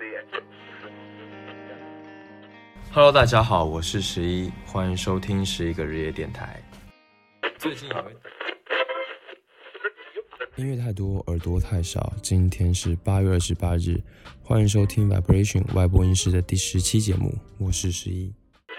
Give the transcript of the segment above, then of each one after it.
Hello， 大家好，我是11，欢迎收听11个日夜电台。最近音乐太多，耳朵太少。今天是8月28日，欢迎收听 Vibration 外播音室的第10期节目，我是11。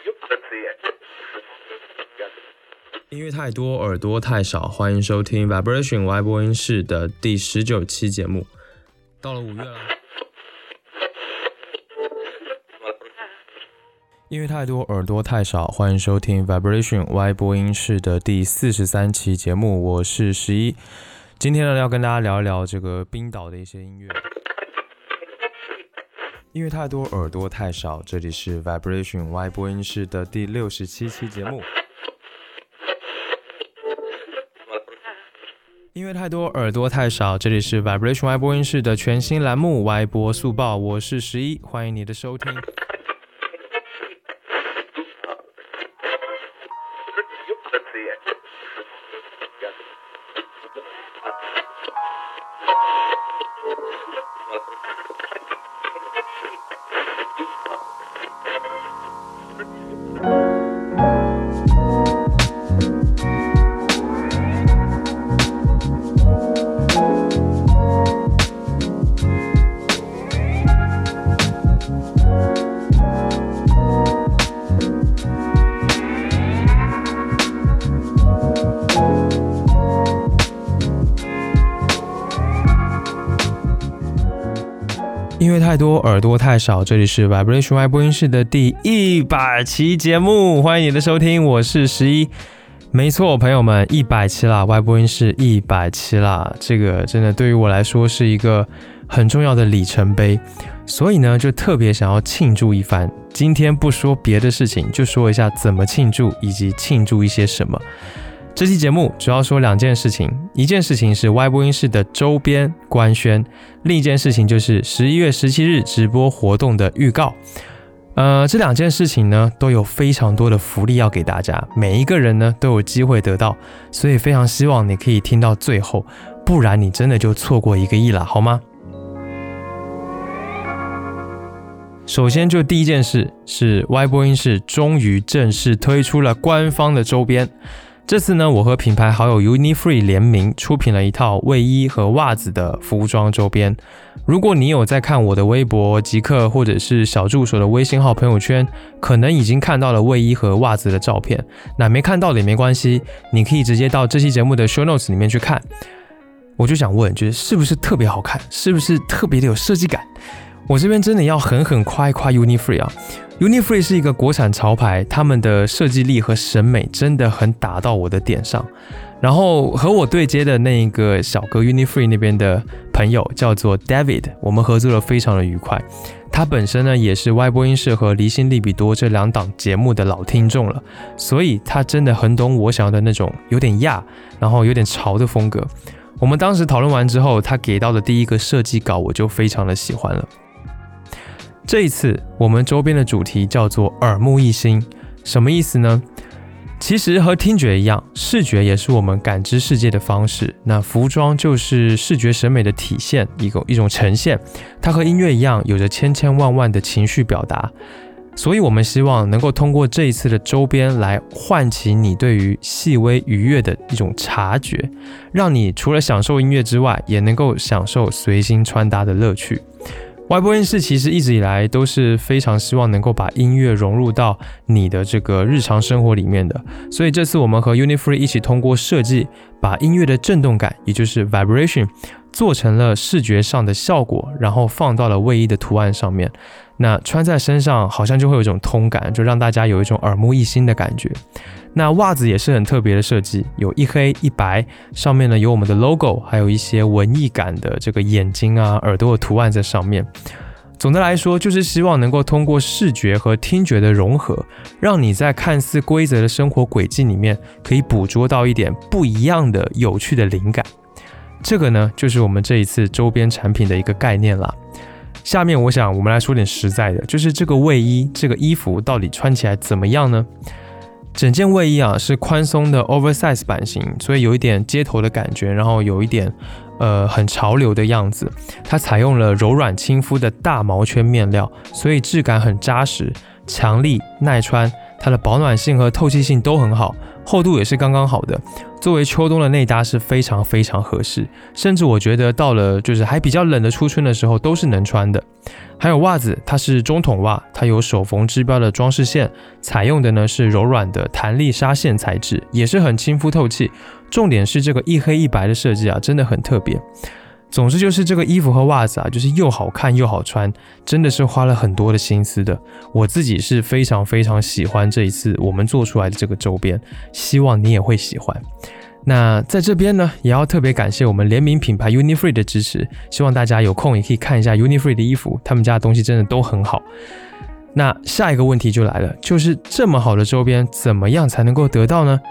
音乐太多，耳朵太少，欢迎收听 Vibration 外播音室的第19期节目。到了5月了。音乐太多，耳朵太少，欢迎收听 Vibration 外播音室的第43期节目，我是11。今天呢，要跟大家聊一聊这个冰岛的一些音乐。音乐太多，耳朵太少，这里是 Vibration 外播音室的第67期节目。音乐太多，耳朵太少，这里是 Vibration 外播音室的全新栏目外播速报，我是11，欢迎你的收听。音乐太多，耳朵太少，这里是 Vibration 外播音室的第100期节目，欢迎你的收听，我是11。没错，朋友们，100期啦，外播音室100期啦，这个真的对于我来说是一个很重要的里程碑，所以呢，就特别想要庆祝一番。今天不说别的事情，就说一下怎么庆祝，以及庆祝一些什么。这期节目主要说2件事情，一件事情是外播音室的周边官宣，另一件事情就是11月17日直播活动的预告。这2件事情呢都有非常多的福利要给大家，每一个人呢都有机会得到，所以非常希望你可以听到最后，不然你真的就错过1个亿了，好吗？首先就第一件事是外播音室终于正式推出了官方的周边。这次呢，我和品牌好友 Unifree 联名出品了一套卫衣和袜子的服装周边。如果你有在看我的微博、极客或者是小助手的微信号朋友圈，可能已经看到了卫衣和袜子的照片。那没看到的也没关系，你可以直接到这期节目的 show notes 里面去看。我就想问，就是是不是特别好看？是不是特别的有设计感？我这边真的要狠狠夸一夸 Unifree 啊。Unifree 是一个国产潮牌，他们的设计力和审美真的很打到我的点上。然后和我对接的那一个小哥 Unifree 那边的朋友叫做 David， 我们合作的非常的愉快。他本身呢也是外播音室和离心利比多这2档节目的老听众了，所以他真的很懂我想要的那种有点亚，然后有点潮的风格。我们当时讨论完之后，他给到的第一个设计稿我就非常的喜欢了。这一次我们周边的主题叫做耳目一新，什么意思呢？其实和听觉一样，视觉也是我们感知世界的方式，那服装就是视觉审美的体现，一种呈现，它和音乐一样有着千千万万的情绪表达，所以我们希望能够通过这一次的周边来唤起你对于细微愉悦的一种察觉，让你除了享受音乐之外，也能够享受随心穿搭的乐趣。外播音室其实一直以来都是非常希望能够把音乐融入到你的这个日常生活里面的，所以这次我们和 Unifree 一起通过设计，把音乐的震动感，也就是 vibration， 做成了视觉上的效果，然后放到了卫衣的图案上面。那穿在身上好像就会有一种通感，就让大家有一种耳目一新的感觉。那袜子也是很特别的设计，有一黑一白，上面呢有我们的 logo， 还有一些文艺感的这个眼睛啊、耳朵的图案在上面。总的来说，就是希望能够通过视觉和听觉的融合，让你在看似规则的生活轨迹里面，可以捕捉到一点不一样的有趣的灵感。这个呢，就是我们这一次周边产品的一个概念啦。下面我想我们来说点实在的，就是这个卫衣，这个衣服到底穿起来怎么样呢？整件卫衣啊是宽松的 oversize 版型，所以有一点街头的感觉，然后有一点很潮流的样子。它采用了柔软亲肤的大毛圈面料，所以质感很扎实、强力、耐穿，它的保暖性和透气性都很好，厚度也是刚刚好的。作为秋冬的内搭是非常非常合适，甚至我觉得到了就是还比较冷的初春的时候都是能穿的。还有袜子，它是中筒袜，它有手缝织标的装饰线，采用的呢是柔软的弹力纱线材质，也是很亲肤透气。重点是这个一黑一白的设计啊，真的很特别。总之就是这个衣服和袜子啊，就是又好看又好穿，真的是花了很多的心思的。我自己是非常非常喜欢这一次我们做出来的这个周边，希望你也会喜欢。那在这边呢，也要特别感谢我们联名品牌 Uni-Free 的支持，希望大家有空也可以看一下 Uni-Free 的衣服，他们家的东西真的都很好。那下一个问题就来了，就是这么好的周边怎么样才能够得到呢？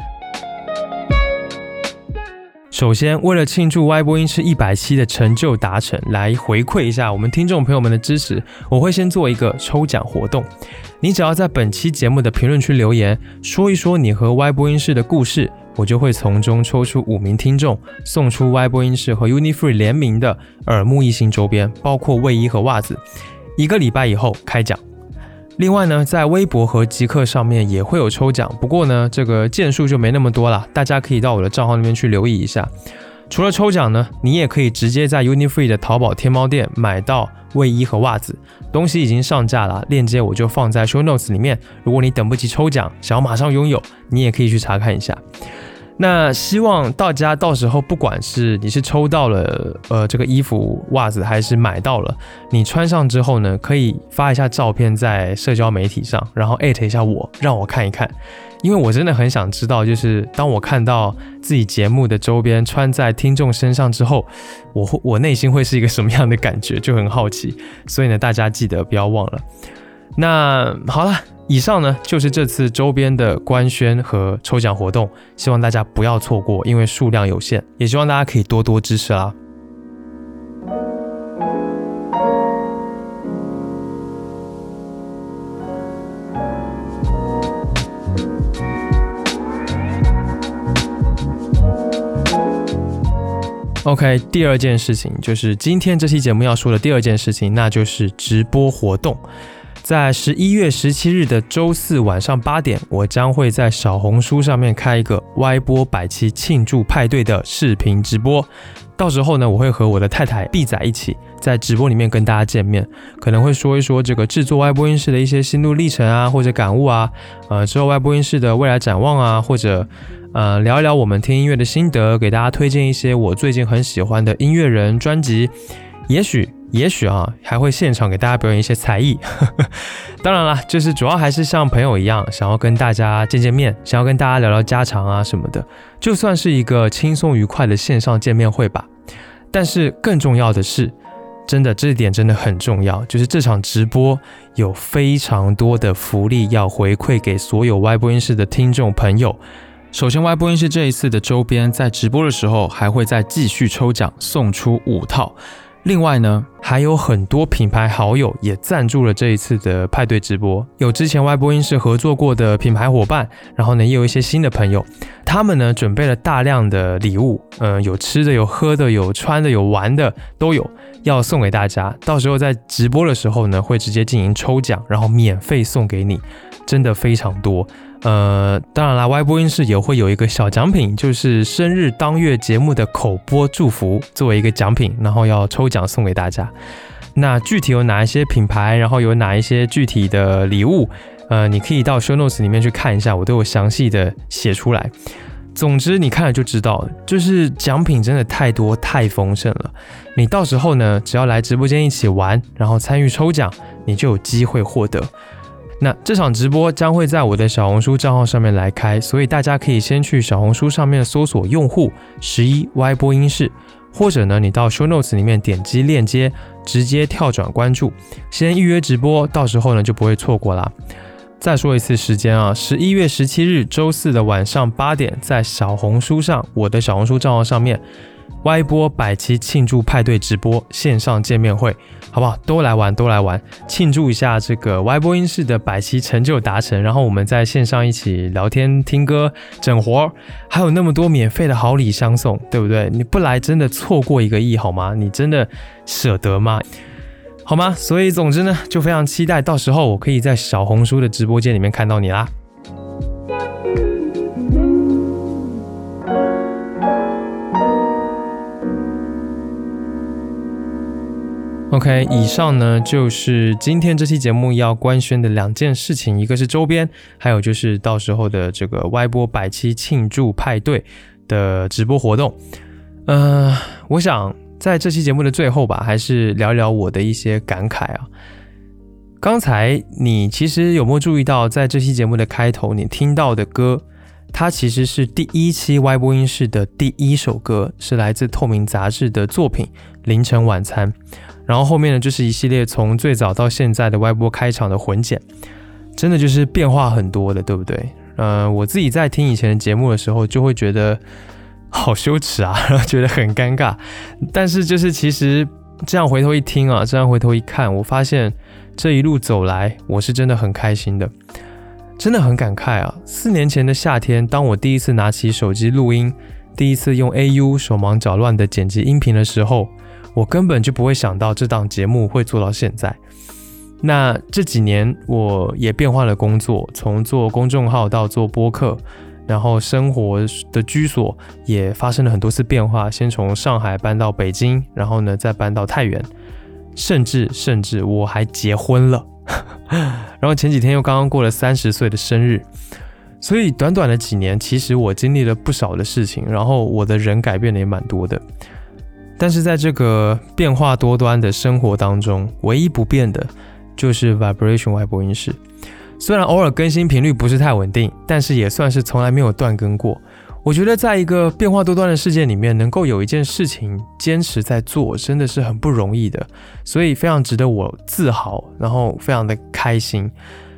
首先，为了庆祝 Y 播音室100期的成就达成，来回馈一下我们听众朋友们的支持，我会先做一个抽奖活动。你只要在本期节目的评论区留言，说一说你和 Y 播音室的故事，我就会从中抽出5名听众，送出 Y 播音室和 Uni-Free 联名的耳目一新周边，包括卫衣和袜子。1个礼拜以后开奖。另外呢，在微博和极客上面也会有抽奖，不过呢，这个件数就没那么多啦，大家可以到我的账号那边去留意一下。除了抽奖呢，你也可以直接在 Uni-Free 的淘宝天猫店买到卫衣和袜子，东西已经上架了，链接我就放在 show notes 里面。如果你等不及抽奖，想要马上拥有，你也可以去查看一下。那希望大家到时候不管是你是抽到了这个衣服袜子，还是买到了，你穿上之后呢，可以发一下照片在社交媒体上，然后@一下我，让我看一看。因为我真的很想知道，就是当我看到自己节目的周边穿在听众身上之后，我内心会是一个什么样的感觉，就很好奇。所以呢，大家记得不要忘了。那好了，以上呢就是这次周边的官宣和抽奖活动，希望大家不要错过，因为数量有限，也希望大家可以多多支持啦。OK， 第二件事情就是今天这期节目要说的第二件事情，那就是直播活动。在11月17日的周四晚上8点，我将会在小红书上面开一个 Y 播100期庆祝派对的视频直播。到时候呢，我会和我的太太碧仔一起在直播里面跟大家见面，可能会说一说这个制作 Y 播音室的一些心路历程啊，或者感悟啊，之后 Y 播音室的未来展望啊，或者聊一聊我们听音乐的心得，给大家推荐一些我最近很喜欢的音乐人专辑，也许啊，还会现场给大家表演一些才艺。当然啦，就是主要还是像朋友一样，想要跟大家见见面，想要跟大家聊聊家常啊什么的，就算是一个轻松愉快的线上见面会吧。但是更重要的是，真的这一点真的很重要，就是这场直播有非常多的福利要回馈给所有 Y 播音室的听众朋友。首先 Y 播音室这一次的周边在直播的时候还会再继续抽奖，送出5套。另外呢，还有很多品牌好友也赞助了这一次的派对直播，有之前 Y 播音室合作过的品牌伙伴，然后呢也有一些新的朋友，他们呢准备了大量的礼物，有吃的，有喝的，有穿的，有玩的，都有要送给大家。到时候在直播的时候呢，会直接进行抽奖，然后免费送给你，真的非常多。当然啦 Y 播音室也会有一个小奖品，就是生日当月节目的口播祝福作为一个奖品，然后要抽奖送给大家。那具体有哪一些品牌，然后有哪一些具体的礼物，你可以到 show notes 里面去看一下，我都有详细的写出来。总之你看了就知道，就是奖品真的太多太丰盛了。你到时候呢，只要来直播间一起玩，然后参与抽奖，你就有机会获得。那这场直播将会在我的小红书账号上面来开，所以大家可以先去小红书上面搜索用户11 Y 播音室，或者呢你到 show notes 里面点击链接，直接跳转关注，先预约直播，到时候呢就不会错过啦。再说一次时间啊，11月17日周四的晚上8点，在小红书上，我的小红书账号上面歪播100期庆祝派对直播线上见面会，好不好？都来玩，庆祝一下这个歪播音室的100期成就达成，然后我们在线上一起聊天、听歌、整活，还有那么多免费的好礼相送，对不对？你不来真的错过1个亿好吗？你真的舍得吗？好吗？所以总之呢，就非常期待到时候我可以在小红书的直播间里面看到你啦。OK， 以上呢就是今天这期节目要官宣的2件事情，一个是周边，还有就是到时候的这个歪播100期庆祝派对的直播活动。我想在这期节目的最后吧，还是聊聊我的一些感慨啊。刚才你其实有没有注意到，在这期节目的开头你听到的歌，它其实是第1期歪播音室的第1首歌，是来自透明杂志的作品《凌晨晚餐》。然后后面呢，就是一系列从最早到现在的歪播开场的混剪，真的就是变化很多的，对不对？我自己在听以前的节目的时候，就会觉得好羞耻啊，然后觉得很尴尬。但是就是其实这样回头一听啊，这样回头一看，我发现这一路走来，我是真的很开心的，真的很感慨啊。4年前的夏天，当我第一次拿起手机录音，第一次用 AU 手忙脚乱的剪辑音频的时候，我根本就不会想到这档节目会做到现在。那这几年我也变换了工作，从做公众号到做播客，然后生活的居所也发生了很多次变化，先从上海搬到北京，然后呢再搬到太原，甚至我还结婚了然后前几天又刚刚过了30岁的生日。所以短短的几年，其实我经历了不少的事情，然后我的人改变的也蛮多的。但是在这个变化多端的生活当中，唯一不变的就是 Vibration 歪播音室。虽然偶尔更新频率不是太稳定，但是也算是从来没有断更过。我觉得在一个变化多端的世界里面，能够有一件事情坚持在做，真的是很不容易的，所以非常值得我自豪，然后非常的开心。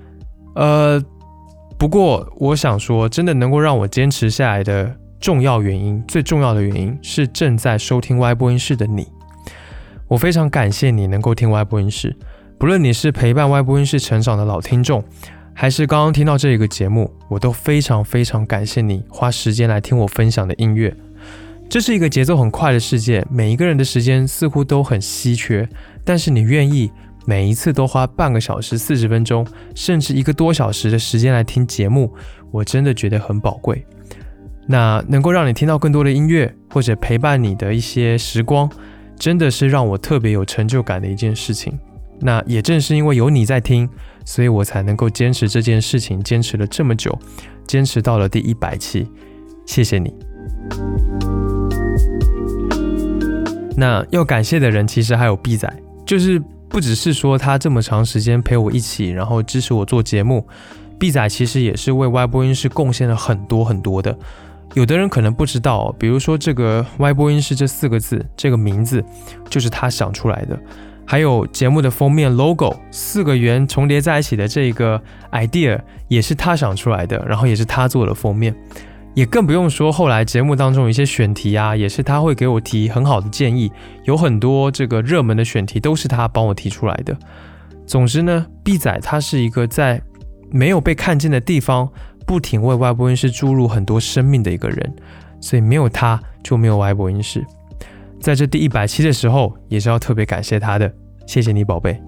不过我想说，真的能够让我坚持下来的重要原因，最重要的原因是正在收听歪播音室的你。我非常感谢你能够听歪播音室，不论你是陪伴歪播音室成长的老听众，还是刚刚听到这个节目，我都非常感谢你花时间来听我分享的音乐。这是一个节奏很快的世界，每一个人的时间似乎都很稀缺，但是你愿意每一次都花半个小时、40分钟，甚至1个多小时的时间来听节目，我真的觉得很宝贵。那能够让你听到更多的音乐，或者陪伴你的一些时光，真的是让我特别有成就感的一件事情。那也正是因为有你在听，所以我才能够坚持这件事情，坚持了这么久，坚持到了第100期。谢谢你。那要感谢的人其实还有 B 仔，就是不只是说他这么长时间陪我一起，然后支持我做节目， B 仔其实也是为歪播音室贡献了很多的。有的人可能不知道，比如说这个歪播音室这4个字，这个名字就是他想出来的。还有节目的封面 logo 4个圆重叠在一起的这个 idea 也是他想出来的，然后也是他做了封面。也更不用说后来节目当中有一些选题啊，也是他会给我提很好的建议，有很多这个热门的选题都是他帮我提出来的。总之呢， B 仔他是一个在没有被看见的地方不停为歪播音室注入很多生命的一个人，所以没有他就没有歪播音室。在这第100期的时候，也是要特别感谢他的，谢谢你宝贝。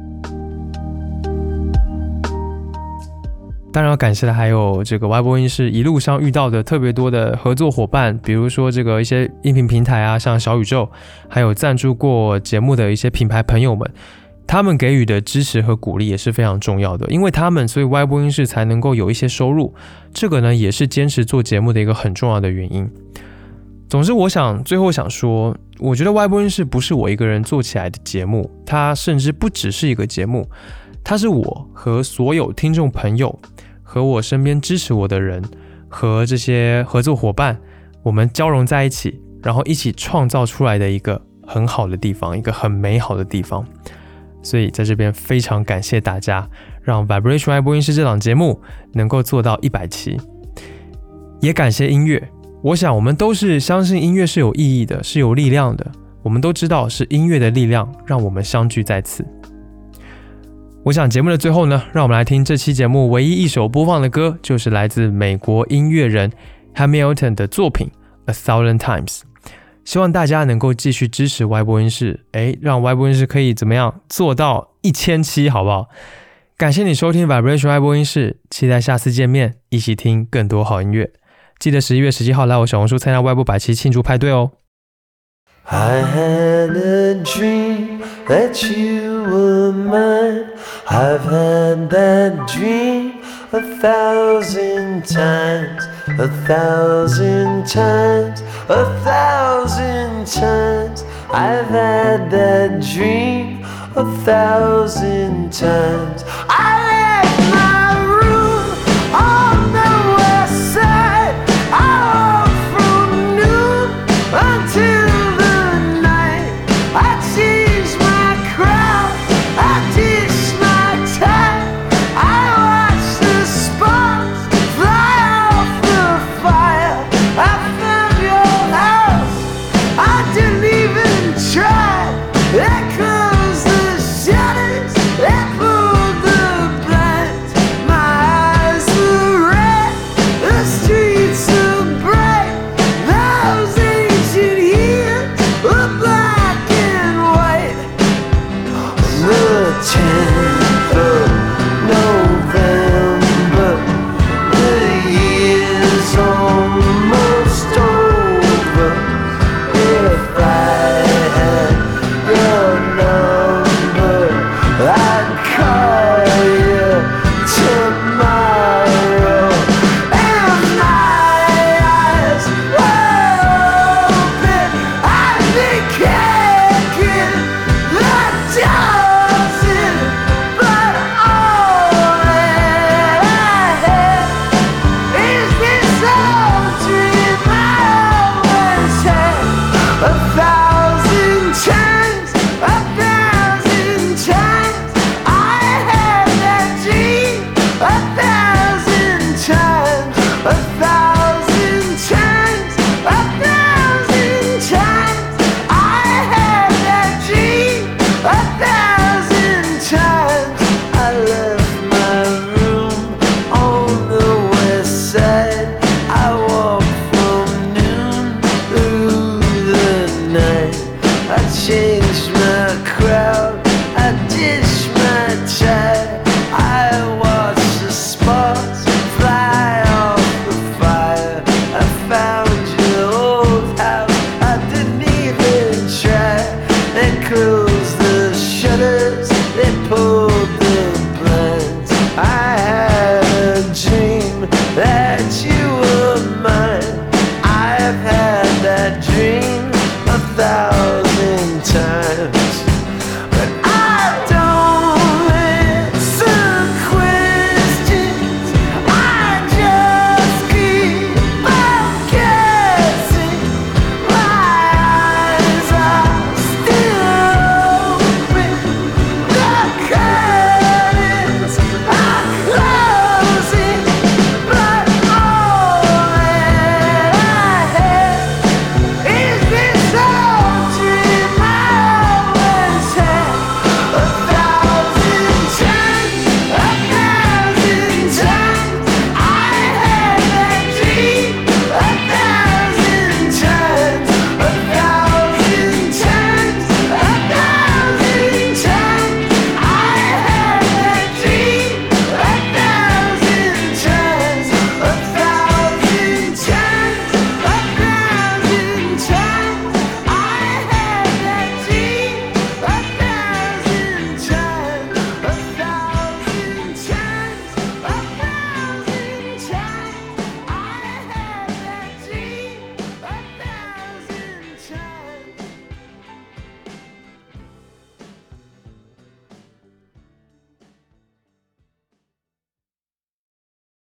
当然要感谢的还有这个歪播音室一路上遇到的特别多的合作伙伴，比如说这个一些音频平台啊，像小宇宙，还有赞助过节目的一些品牌朋友们，他们给予的支持和鼓励也是非常重要的，因为他们，所以歪播音室才能够有一些收入，这个呢也是坚持做节目的一个很重要的原因。总之我最后想说，我觉得歪播音室不是我一个人做起来的节目，它甚至不只是一个节目，它是我和所有听众朋友，和我身边支持我的人，和这些合作伙伴，我们交融在一起，然后一起创造出来的一个很好的地方，一个很美好的地方。所以在这边非常感谢大家，让 Vibration 歪播音室这档节目能够做到100期。也感谢音乐， 我想我们都是相信音乐是有意义的，是有力量的，我们都知道是音乐的力量让我们相聚在此。我想节目的最后呢，让我们来听这期节目唯一一首播放的歌，就是来自美国音乐人 Hamilton 的作品 A Thousand Times。 希望大家能够继续支持 Y 播音室，让 Y 播音室可以怎么样做到1000期，好不好？感谢你收听 Vibration Y 播音室，期待下次见面，一起听更多好音乐。记得11月17号来我小红书参加 Y 播100期庆祝派对哦。 I had a dream that you were mine. I've had that dream 1,000 times, 1,000 times, 1,000 times. I've had that dream 1,000 times. I left my room on the west side. I walked from noon until I changed my crown, I ditched my tie, I watched the sparks fly off the fire. I found your house, I didn't even try. There closed the shutters, they pulled the blinds. My eyes were red, the streets were bright. Those ancient years were black. The 10th of November, the year's almost over. If I had your number, I'd call you tomorrow. And my eyes were open, I'd be kicking the door. Changed my crowd, I ditched my tie, I watched the sparks fly off the fire. I found your old house, I didn't even try. They closed the shutters, they pulled